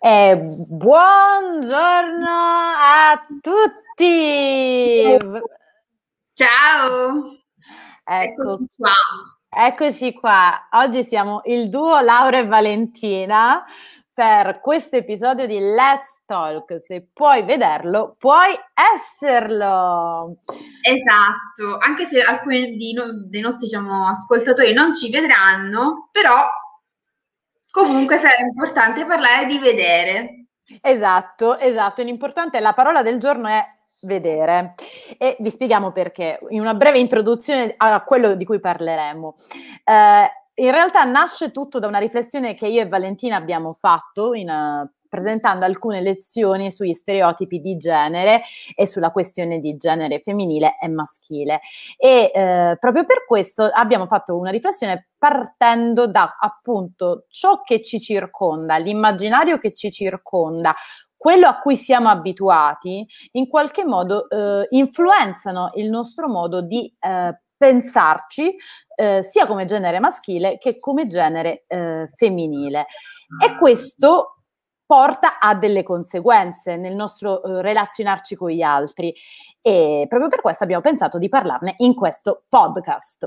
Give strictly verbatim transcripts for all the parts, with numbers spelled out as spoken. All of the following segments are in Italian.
E buongiorno a tutti! Ciao! Ecco, Eccoci qua. eccoci qua. Oggi siamo il duo Laura e Valentina per questo episodio di Let's Talk. Se puoi vederlo, puoi esserlo! Esatto, anche se alcuni di no- dei nostri, diciamo, ascoltatori non ci vedranno, però comunque sarà importante parlare di vedere. Esatto, esatto. L'importante è la parola del giorno è vedere e vi spieghiamo perché in una breve introduzione a quello di cui parleremo. Eh, in realtà nasce tutto da una riflessione che io e Valentina abbiamo fatto in, uh, presentando alcune lezioni sugli stereotipi di genere e sulla questione di genere femminile e maschile. E eh, proprio per questo abbiamo fatto una riflessione partendo da appunto ciò che ci circonda, l'immaginario che ci circonda, quello a cui siamo abituati, in qualche modo eh, influenzano il nostro modo di eh, pensarci eh, sia come genere maschile che come genere eh, femminile. E questo porta a delle conseguenze nel nostro eh, relazionarci con gli altri e proprio per questo abbiamo pensato di parlarne in questo podcast.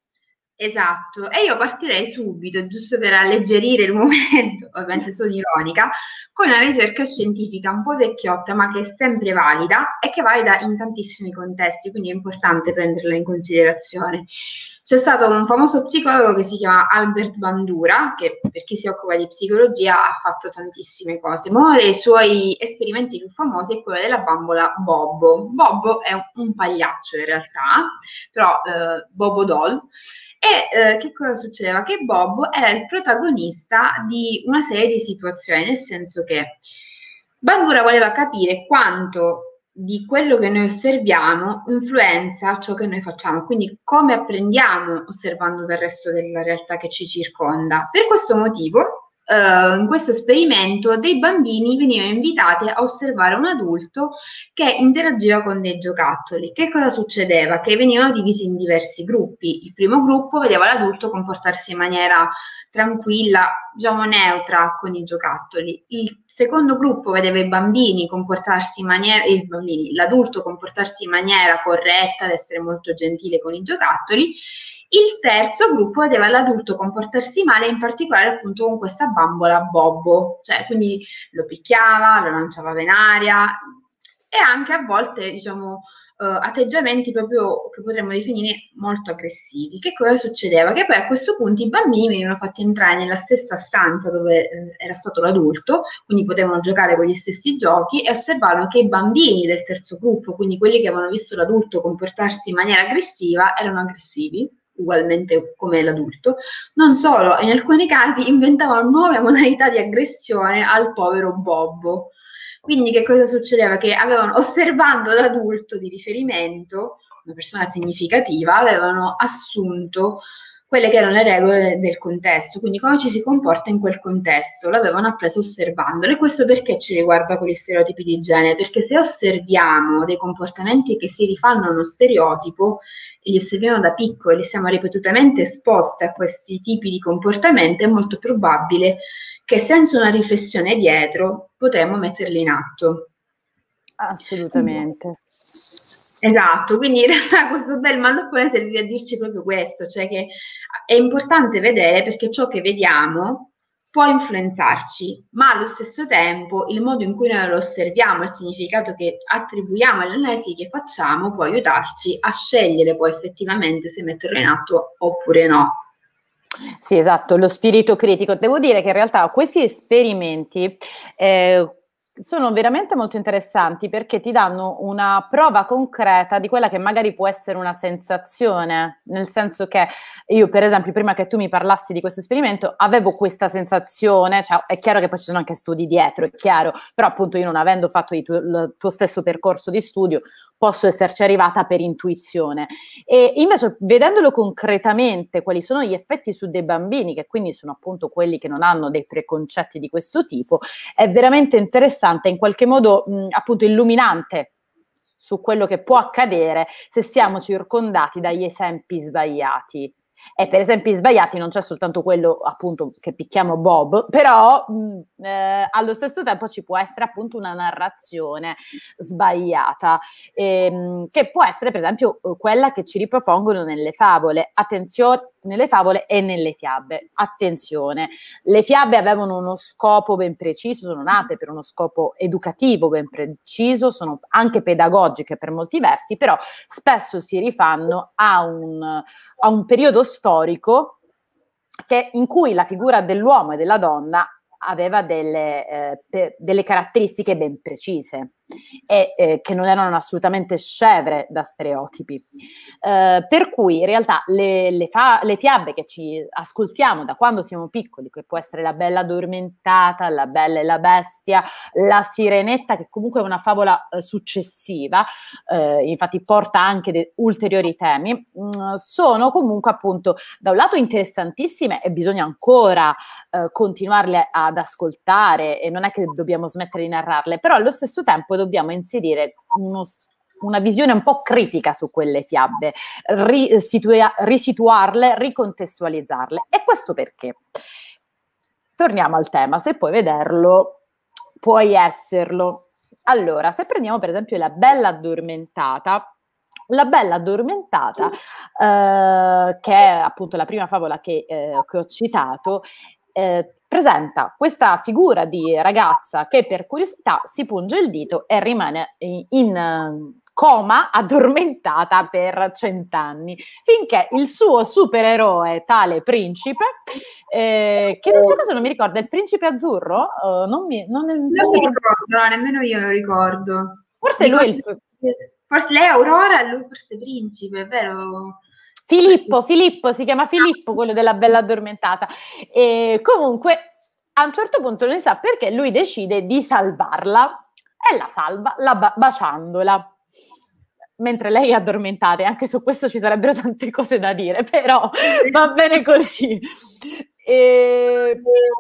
Esatto, e io partirei subito, giusto per alleggerire il momento, ovviamente sono ironica, con una ricerca scientifica un po' vecchiotta, ma che è sempre valida e che è valida in tantissimi contesti, quindi è importante prenderla in considerazione. C'è stato un famoso psicologo che si chiama Albert Bandura, che per chi si occupa di psicologia ha fatto tantissime cose. Uno dei suoi esperimenti più famosi è quello della bambola Bobo. Bobo è un, un pagliaccio in realtà, però eh, Bobo Doll. E eh, che cosa succedeva? Che Bob era il protagonista di una serie di situazioni, nel senso che Bandura voleva capire quanto di quello che noi osserviamo influenza ciò che noi facciamo, quindi come apprendiamo osservando dal resto della realtà che ci circonda. Per questo motivo, eh, in questo esperimento, dei bambini venivano invitati a osservare un adulto che interagiva con dei giocattoli. Che cosa succedeva? Che venivano divisi in diversi gruppi. Il primo gruppo vedeva l'adulto comportarsi in maniera tranquilla, diciamo neutra con i giocattoli. Il secondo gruppo vedeva i bambini comportarsi in maniera, i bambini, l'adulto comportarsi in maniera corretta, ad essere molto gentile con i giocattoli. Il terzo gruppo vedeva l'adulto comportarsi male, in particolare appunto con questa bambola Bobbo, cioè quindi lo picchiava, lo lanciava in aria e anche a volte, diciamo, Uh, atteggiamenti proprio che potremmo definire molto aggressivi. Che cosa succedeva? Che poi a questo punto i bambini venivano fatti entrare nella stessa stanza dove eh, era stato l'adulto, quindi potevano giocare con gli stessi giochi e osservavano che i bambini del terzo gruppo, quindi quelli che avevano visto l'adulto comportarsi in maniera aggressiva, erano aggressivi ugualmente come l'adulto, non solo, in alcuni casi inventavano nuove modalità di aggressione al povero Bobbo. Quindi che cosa succedeva? Che avevano, osservando l'adulto di riferimento, una persona significativa, avevano assunto quelle che erano le regole del contesto, quindi come ci si comporta in quel contesto, l'avevano appreso osservandolo. E questo perché ci riguarda con gli stereotipi di genere? Perché se osserviamo dei comportamenti che si rifanno a uno stereotipo e li osserviamo da piccoli, e siamo ripetutamente esposti a questi tipi di comportamenti, è molto probabile che senza una riflessione dietro potremmo metterli in atto. Assolutamente. Esatto, quindi in realtà questo bel mallopone serviva a dirci proprio questo, cioè che è importante vedere perché ciò che vediamo può influenzarci, ma allo stesso tempo il modo in cui noi lo osserviamo, il significato che attribuiamo alle analisi che facciamo può aiutarci a scegliere poi effettivamente se metterlo in atto oppure no. Sì, esatto, lo spirito critico. Devo dire che in realtà questi esperimenti eh, sono veramente molto interessanti perché ti danno una prova concreta di quella che magari può essere una sensazione, nel senso che io, per esempio, prima che tu mi parlassi di questo esperimento, avevo questa sensazione, cioè è chiaro che poi ci sono anche studi dietro, è chiaro, però appunto io non avendo fatto il tuo, il tuo stesso percorso di studio, posso esserci arrivata per intuizione. E invece, vedendolo concretamente, quali sono gli effetti su dei bambini, che quindi sono appunto quelli che non hanno dei preconcetti di questo tipo, è veramente interessante, in qualche modo mh, appunto illuminante su quello che può accadere se siamo circondati dagli esempi sbagliati. E per esempi sbagliati non c'è soltanto quello appunto che picchiamo Bob, però mh, eh, allo stesso tempo ci può essere appunto una narrazione sbagliata, ehm, che può essere per esempio quella che ci ripropongono nelle favole. Attenzione, nelle favole e nelle fiabe. Attenzione, le fiabe avevano uno scopo ben preciso, sono nate per uno scopo educativo ben preciso, sono anche pedagogiche per molti versi, però spesso si rifanno a un, a un periodo storico che, in cui la figura dell'uomo e della donna aveva delle, eh, pe- delle caratteristiche ben precise e eh, che non erano assolutamente scevre da stereotipi. Eh, per cui in realtà le, le, fa- le fiabe che ci ascoltiamo da quando siamo piccoli, che può essere La Bella Addormentata, La Bella e la Bestia, La Sirenetta, che comunque è una favola eh, successiva, eh, infatti porta anche de- ulteriori temi, mh, sono comunque appunto da un lato interessantissime e bisogna ancora eh, continuarle ad ascoltare, e non è che dobbiamo smettere di narrarle, però allo stesso tempo dobbiamo inserire uno, una visione un po' critica su quelle fiabe, risitua- risituarle, ricontestualizzarle. E questo perché? Torniamo al tema, se puoi vederlo, puoi esserlo. Allora, se prendiamo per esempio La Bella Addormentata, La Bella Addormentata, eh, che è appunto la prima favola che, eh, che ho citato, eh, presenta questa figura di ragazza che per curiosità si punge il dito e rimane in, in coma, addormentata per cent'anni, finché il suo supereroe, tale principe, eh, che nel suo caso non mi ricordo, è il principe azzurro? Uh, non mi, non è, Non forse mi pro- ricordo, no, nemmeno io lo ricordo. forse lui è Ricordo il... forse lei è Aurora e lui forse Principe, vero? Filippo, Filippo, si chiama Filippo, quello della Bella Addormentata. E comunque, a un certo punto non si sa perché lui decide di salvarla e la salva, la ba- baciandola. Mentre lei è addormentata, e anche su questo ci sarebbero tante cose da dire, però va bene così. E...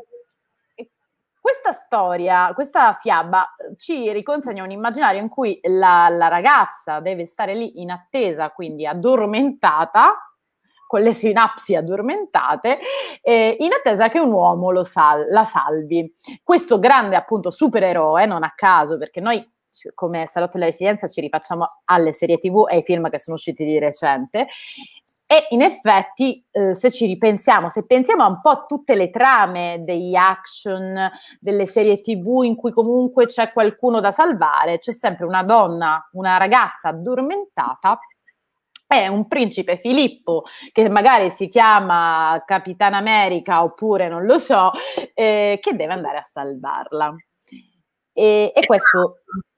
Questa storia, questa fiaba ci riconsegna un immaginario in cui la, la ragazza deve stare lì in attesa, quindi addormentata, con le sinapsi addormentate, eh, in attesa che un uomo lo sal- la salvi. Questo grande appunto supereroe, non a caso, perché noi come Salotto della Residenza ci rifacciamo alle serie tivù e ai film che sono usciti di recente, e in effetti eh, se ci ripensiamo, se pensiamo un po' a tutte le trame degli action, delle serie tivù in cui comunque c'è qualcuno da salvare, c'è sempre una donna, una ragazza addormentata e un principe Filippo che magari si chiama Capitan America oppure non lo so, eh, che deve andare a salvarla. E, e questo...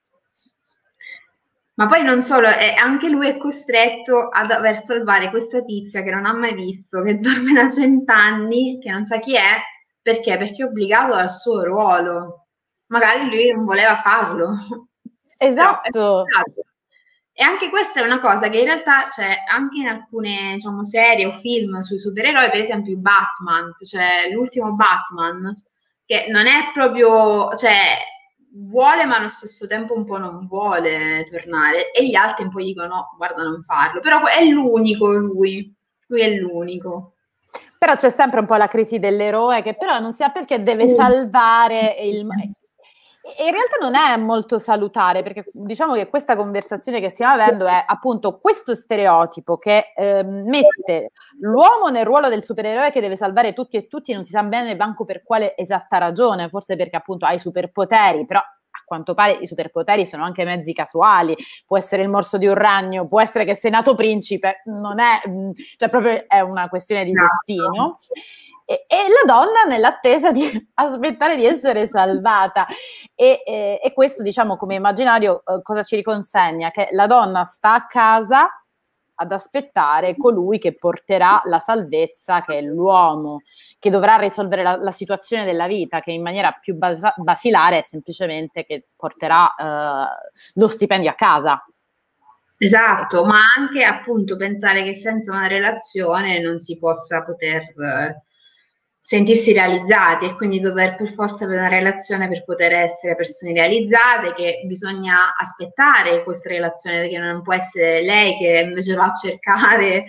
Ma poi non solo, è, anche lui è costretto a dover salvare questa tizia che non ha mai visto, che dorme da cent'anni, che non sa chi è, perché? Perché è obbligato dal suo ruolo. Magari lui non voleva farlo. Esatto. Però è e anche questa è una cosa che in realtà c'è anche in alcune, diciamo, serie o film sui supereroi, per esempio Batman, cioè l'ultimo Batman, che non è proprio, cioè vuole ma allo stesso tempo un po' non vuole tornare e gli altri un po' dicono no, guarda non farlo, però è l'unico lui, lui è l'unico. Però c'è sempre un po' la crisi dell'eroe che però non sa perché deve salvare il... E in realtà non è molto salutare, perché diciamo che questa conversazione che stiamo avendo è appunto questo stereotipo che eh, mette l'uomo nel ruolo del supereroe che deve salvare tutti e tutti, non si sa bene manco per quale esatta ragione, forse perché appunto ha i superpoteri, però a quanto pare i superpoteri sono anche mezzi casuali, può essere il morso di un ragno, può essere che sei nato principe, non è, cioè proprio è una questione di destino. E, e la donna nell'attesa di aspettare di essere salvata e, e, e questo diciamo come immaginario eh, cosa ci riconsegna? Che la donna sta a casa ad aspettare colui che porterà la salvezza, che è l'uomo, che dovrà risolvere la, la situazione della vita, che in maniera più basa- basilare è semplicemente che porterà eh, lo stipendio a casa. Esatto, ma anche appunto pensare che senza una relazione non si possa poter eh, sentirsi realizzati e quindi dover per forza avere una relazione per poter essere persone realizzate, che bisogna aspettare questa relazione, perché non può essere lei che invece va a cercare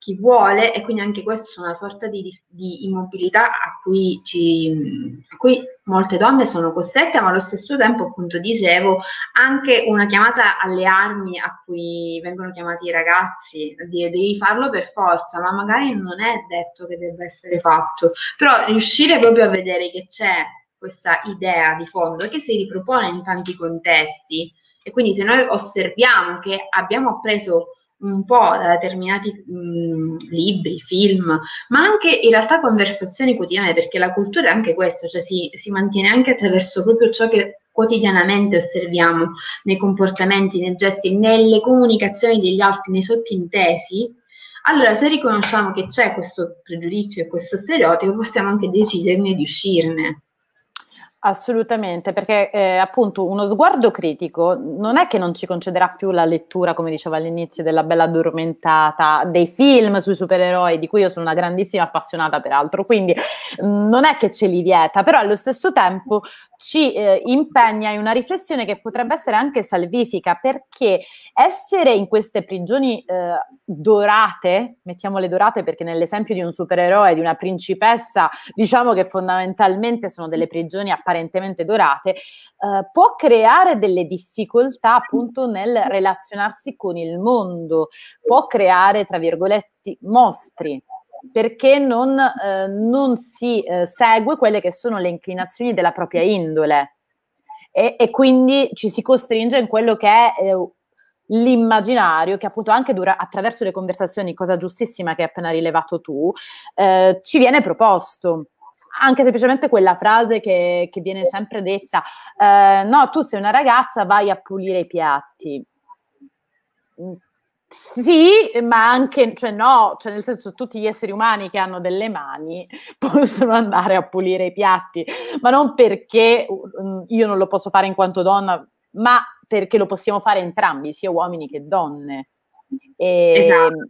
chi vuole, e quindi anche questo è una sorta di, di immobilità a cui, ci, a cui molte donne sono costrette, ma allo stesso tempo, appunto dicevo, anche una chiamata alle armi a cui vengono chiamati i ragazzi, dire devi farlo per forza, ma magari non è detto che debba essere fatto, però riuscire proprio a vedere che c'è questa idea di fondo che si ripropone in tanti contesti, e quindi se noi osserviamo che abbiamo appreso un po' da determinati mh, libri, film, ma anche in realtà conversazioni quotidiane, perché la cultura è anche questo, cioè si, si mantiene anche attraverso proprio ciò che quotidianamente osserviamo nei comportamenti, nei gesti, nelle comunicazioni degli altri, nei sottintesi. Allora, se riconosciamo che c'è questo pregiudizio e questo stereotipo, possiamo anche deciderne di uscirne. Assolutamente, perché eh, appunto uno sguardo critico non è che non ci concederà più la lettura, come dicevo all'inizio, della Bella Addormentata, dei film sui supereroi, di cui io sono una grandissima appassionata peraltro, quindi mh, non è che ce li vieta, però allo stesso tempo ci eh, impegna in una riflessione che potrebbe essere anche salvifica, perché essere in queste prigioni eh, dorate, mettiamole dorate perché nell'esempio di un supereroe, di una principessa, diciamo che fondamentalmente sono delle prigioni apparentemente dorate, eh, può creare delle difficoltà appunto nel relazionarsi con il mondo, può creare, tra virgolette, mostri, perché non, eh, non si eh, segue quelle che sono le inclinazioni della propria indole e, e quindi ci si costringe in quello che è eh, l'immaginario che appunto anche dura, attraverso le conversazioni, cosa giustissima che hai appena rilevato tu, eh, ci viene proposto. Anche semplicemente quella frase che, che viene sempre detta, eh, no, tu sei una ragazza, vai a pulire i piatti. Sì, ma anche, cioè no, cioè nel senso tutti gli esseri umani che hanno delle mani possono andare a pulire i piatti, ma non perché um, io non lo posso fare in quanto donna, ma perché lo possiamo fare entrambi, sia uomini che donne. E... Esatto.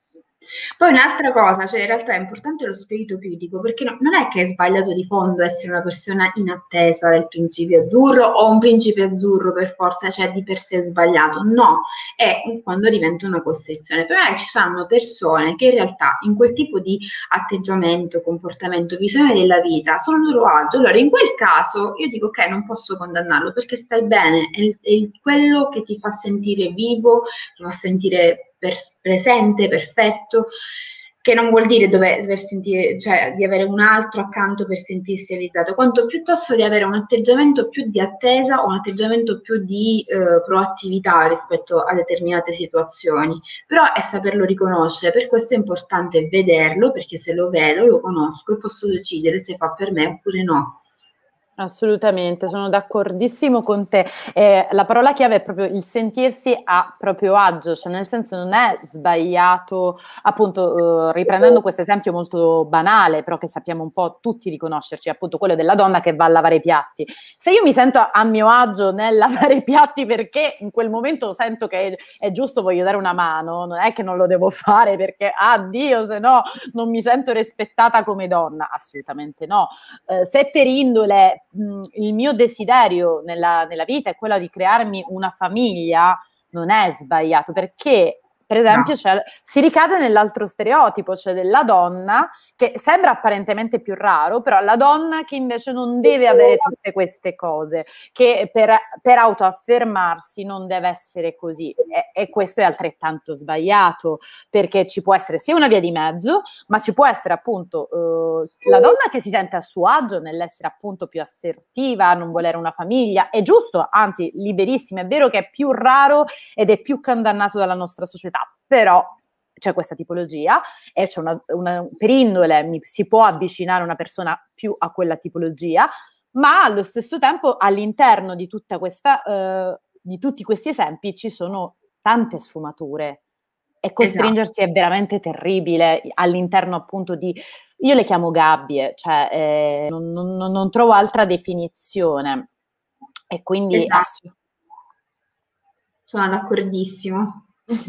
Poi un'altra cosa, cioè in realtà è importante lo spirito critico, perché no, non è che è sbagliato di fondo essere una persona in attesa del principe azzurro o un principe azzurro per forza, cioè di per sé è sbagliato, no, è quando diventa una costrizione. Però ci sono persone che in realtà in quel tipo di atteggiamento, comportamento, visione della vita sono a loro agio. Allora in quel caso io dico ok, non posso condannarlo perché stai bene, è, è quello che ti fa sentire vivo, ti fa sentire per presente, perfetto, che non vuol dire dover, dover sentire, cioè di avere un altro accanto per sentirsi realizzato, quanto piuttosto di avere un atteggiamento più di attesa o un atteggiamento più di eh, proattività rispetto a determinate situazioni. Però è saperlo riconoscere, per questo è importante vederlo, perché se lo vedo, lo conosco e posso decidere se fa per me oppure no. Assolutamente, sono d'accordissimo con te. Eh, la parola chiave è proprio il sentirsi a proprio agio, cioè nel senso non è sbagliato, appunto, eh, riprendendo questo esempio molto banale, però che sappiamo un po' tutti riconoscerci, appunto quello della donna che va a lavare i piatti. Se io mi sento a mio agio nel lavare i piatti perché in quel momento sento che è, è giusto, voglio dare una mano, non è che non lo devo fare perché, ah Dio, se no non mi sento rispettata come donna, assolutamente no. Eh, se per indole il mio desiderio nella, nella vita è quello di crearmi una famiglia, non è sbagliato, perché per esempio no. cioè, si ricade nell'altro stereotipo, cioè della donna, che sembra apparentemente più raro, però la donna che invece non deve avere tutte queste cose, che per, per autoaffermarsi non deve essere così, e, e questo è altrettanto sbagliato, perché ci può essere sia una via di mezzo, ma ci può essere appunto eh, la donna che si sente a suo agio nell'essere appunto più assertiva, non volere una famiglia, è giusto, anzi liberissima, è vero che è più raro ed è più condannato dalla nostra società, però c'è questa tipologia e c'è una, una, per indole mi, si può avvicinare una persona più a quella tipologia, ma allo stesso tempo all'interno di tutta questa, eh, di tutti questi esempi ci sono tante sfumature e costringersi esatto. È veramente terribile all'interno appunto di, io le chiamo gabbie, cioè eh, non, non, non trovo altra definizione e quindi esatto. ass- sono d'accordissimo.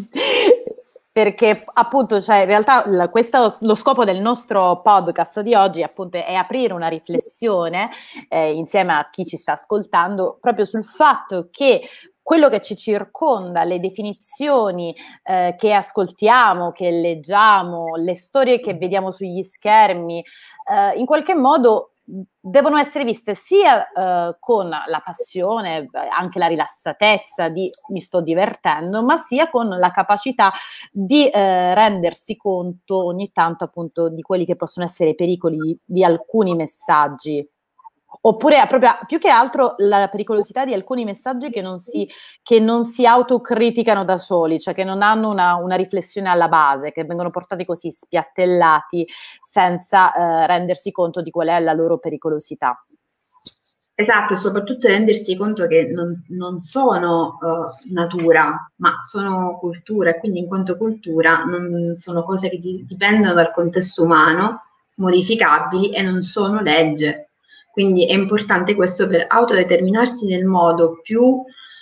Perché appunto, cioè, in realtà la, questo, lo scopo del nostro podcast di oggi appunto è aprire una riflessione eh, insieme a chi ci sta ascoltando proprio sul fatto che quello che ci circonda, le definizioni eh, che ascoltiamo, che leggiamo, le storie che vediamo sugli schermi, eh, in qualche modo devono essere viste sia eh, con la passione, anche la rilassatezza di mi sto divertendo, ma sia con la capacità di eh, rendersi conto ogni tanto appunto di quelli che possono essere i pericoli di alcuni messaggi. Oppure proprio più che altro la pericolosità di alcuni messaggi che non si, che non si autocriticano da soli, cioè che non hanno una, una riflessione alla base, che vengono portati così spiattellati senza eh, rendersi conto di qual è la loro pericolosità. Esatto, soprattutto rendersi conto che non, non sono uh, natura, ma sono cultura, e quindi in quanto cultura non sono cose che di, dipendono dal contesto umano, modificabili e non sono legge. Quindi è importante questo per autodeterminarsi nel modo più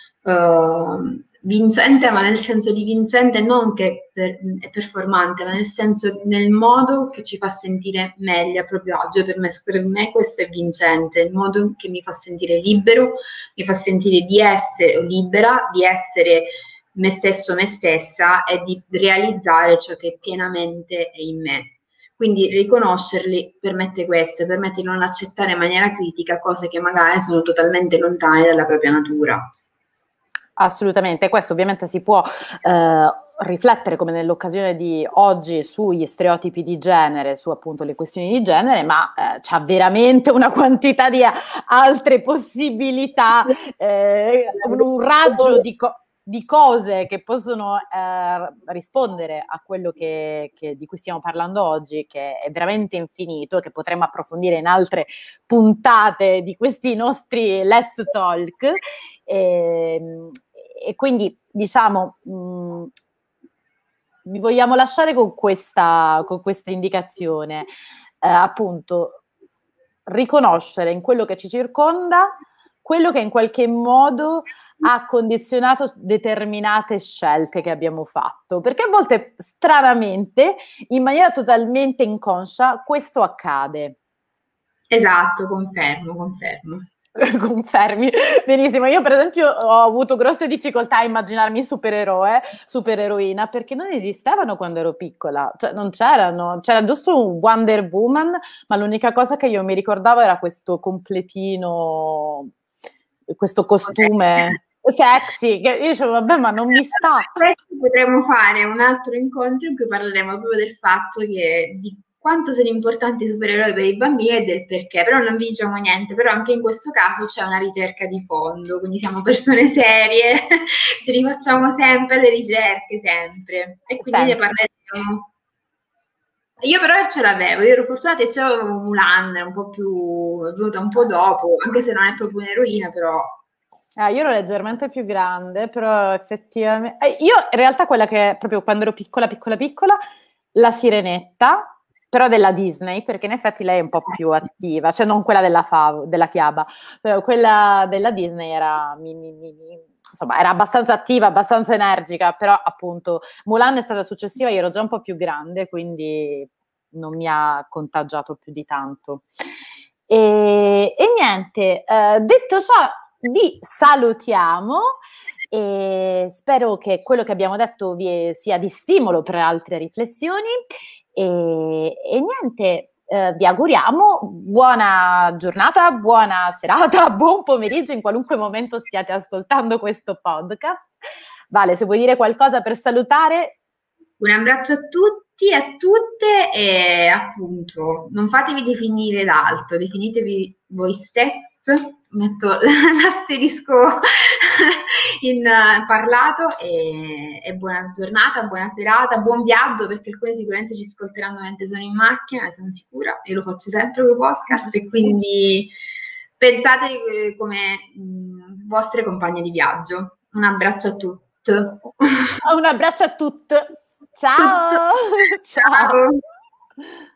uh, vincente, ma nel senso di vincente non che per, è performante, ma nel senso nel modo che ci fa sentire meglio, a proprio agio. Per me, per me questo è vincente, il modo che mi fa sentire libero, mi fa sentire di essere libera, di essere me stesso, me stessa e di realizzare ciò che pienamente è in me. Quindi riconoscerli permette questo, permette di non accettare in maniera critica cose che magari sono totalmente lontane dalla propria natura. Assolutamente, questo ovviamente si può eh, riflettere come nell'occasione di oggi sugli stereotipi di genere, su appunto le questioni di genere, ma eh, c'ha veramente una quantità di altre possibilità, eh, un, un raggio di, co- di cose che possono eh, rispondere a quello che, che, di cui stiamo parlando oggi, che è veramente infinito, che potremmo approfondire in altre puntate di questi nostri Let's Talk. E, e quindi diciamo mh, vi vogliamo lasciare con questa, con questa indicazione, eh, appunto riconoscere in quello che ci circonda quello che in qualche modo ha condizionato determinate scelte che abbiamo fatto, perché a volte stranamente in maniera totalmente inconscia questo accade. Esatto, confermo, confermo. Confermi, benissimo. Io per esempio ho avuto grosse difficoltà a immaginarmi supereroe, supereroina, perché non esistevano quando ero piccola, cioè non c'erano, c'era giusto un Wonder Woman, ma l'unica cosa che io mi ricordavo era questo completino, questo costume sexy, che io dicevo vabbè ma non mi sta. Questo potremmo fare un altro incontro in cui parleremo proprio del fatto che di quanto sono importanti i supereroi per i bambini e del perché, però non vi diciamo niente, però anche in questo caso c'è una ricerca di fondo, quindi siamo persone serie, ci rifacciamo sempre le ricerche, sempre, e quindi sempre. Ne parleremo. Io però ce l'avevo, io ero fortunata e c'avevo Mulan, un po' più, è venuta un po' dopo, anche se non è proprio un'eroina, però... Ah, io ero leggermente più grande, però effettivamente... Eh, io in realtà quella che proprio quando ero piccola, piccola, piccola, la Sirenetta, però della Disney, perché in effetti lei è un po' più attiva, cioè non quella della, fav- della fiaba, però quella della Disney era, mi, mi, mi, insomma, era abbastanza attiva, abbastanza energica, però appunto Mulan è stata successiva, io ero già un po' più grande, quindi non mi ha contagiato più di tanto. E, e niente, eh, detto ciò, vi salutiamo e spero che quello che abbiamo detto vi sia di stimolo per altre riflessioni. E, e niente, eh, vi auguriamo buona giornata, buona serata, buon pomeriggio in qualunque momento stiate ascoltando questo podcast. Vale, se vuoi dire qualcosa per salutare. Un abbraccio a tutti e a tutte e appunto non fatevi definire d'alto, definitevi voi stessi. Metto l'asterisco in uh, parlato e, e buona giornata, buona serata, buon viaggio, perché alcuni sicuramente ci ascolteranno mentre sono in macchina, ne sono sicura, io lo faccio sempre con i podcast e quindi pensate come mh, vostre compagne di viaggio. Un abbraccio a tutti. Un abbraccio a tutti. Ciao. Ciao. Ciao.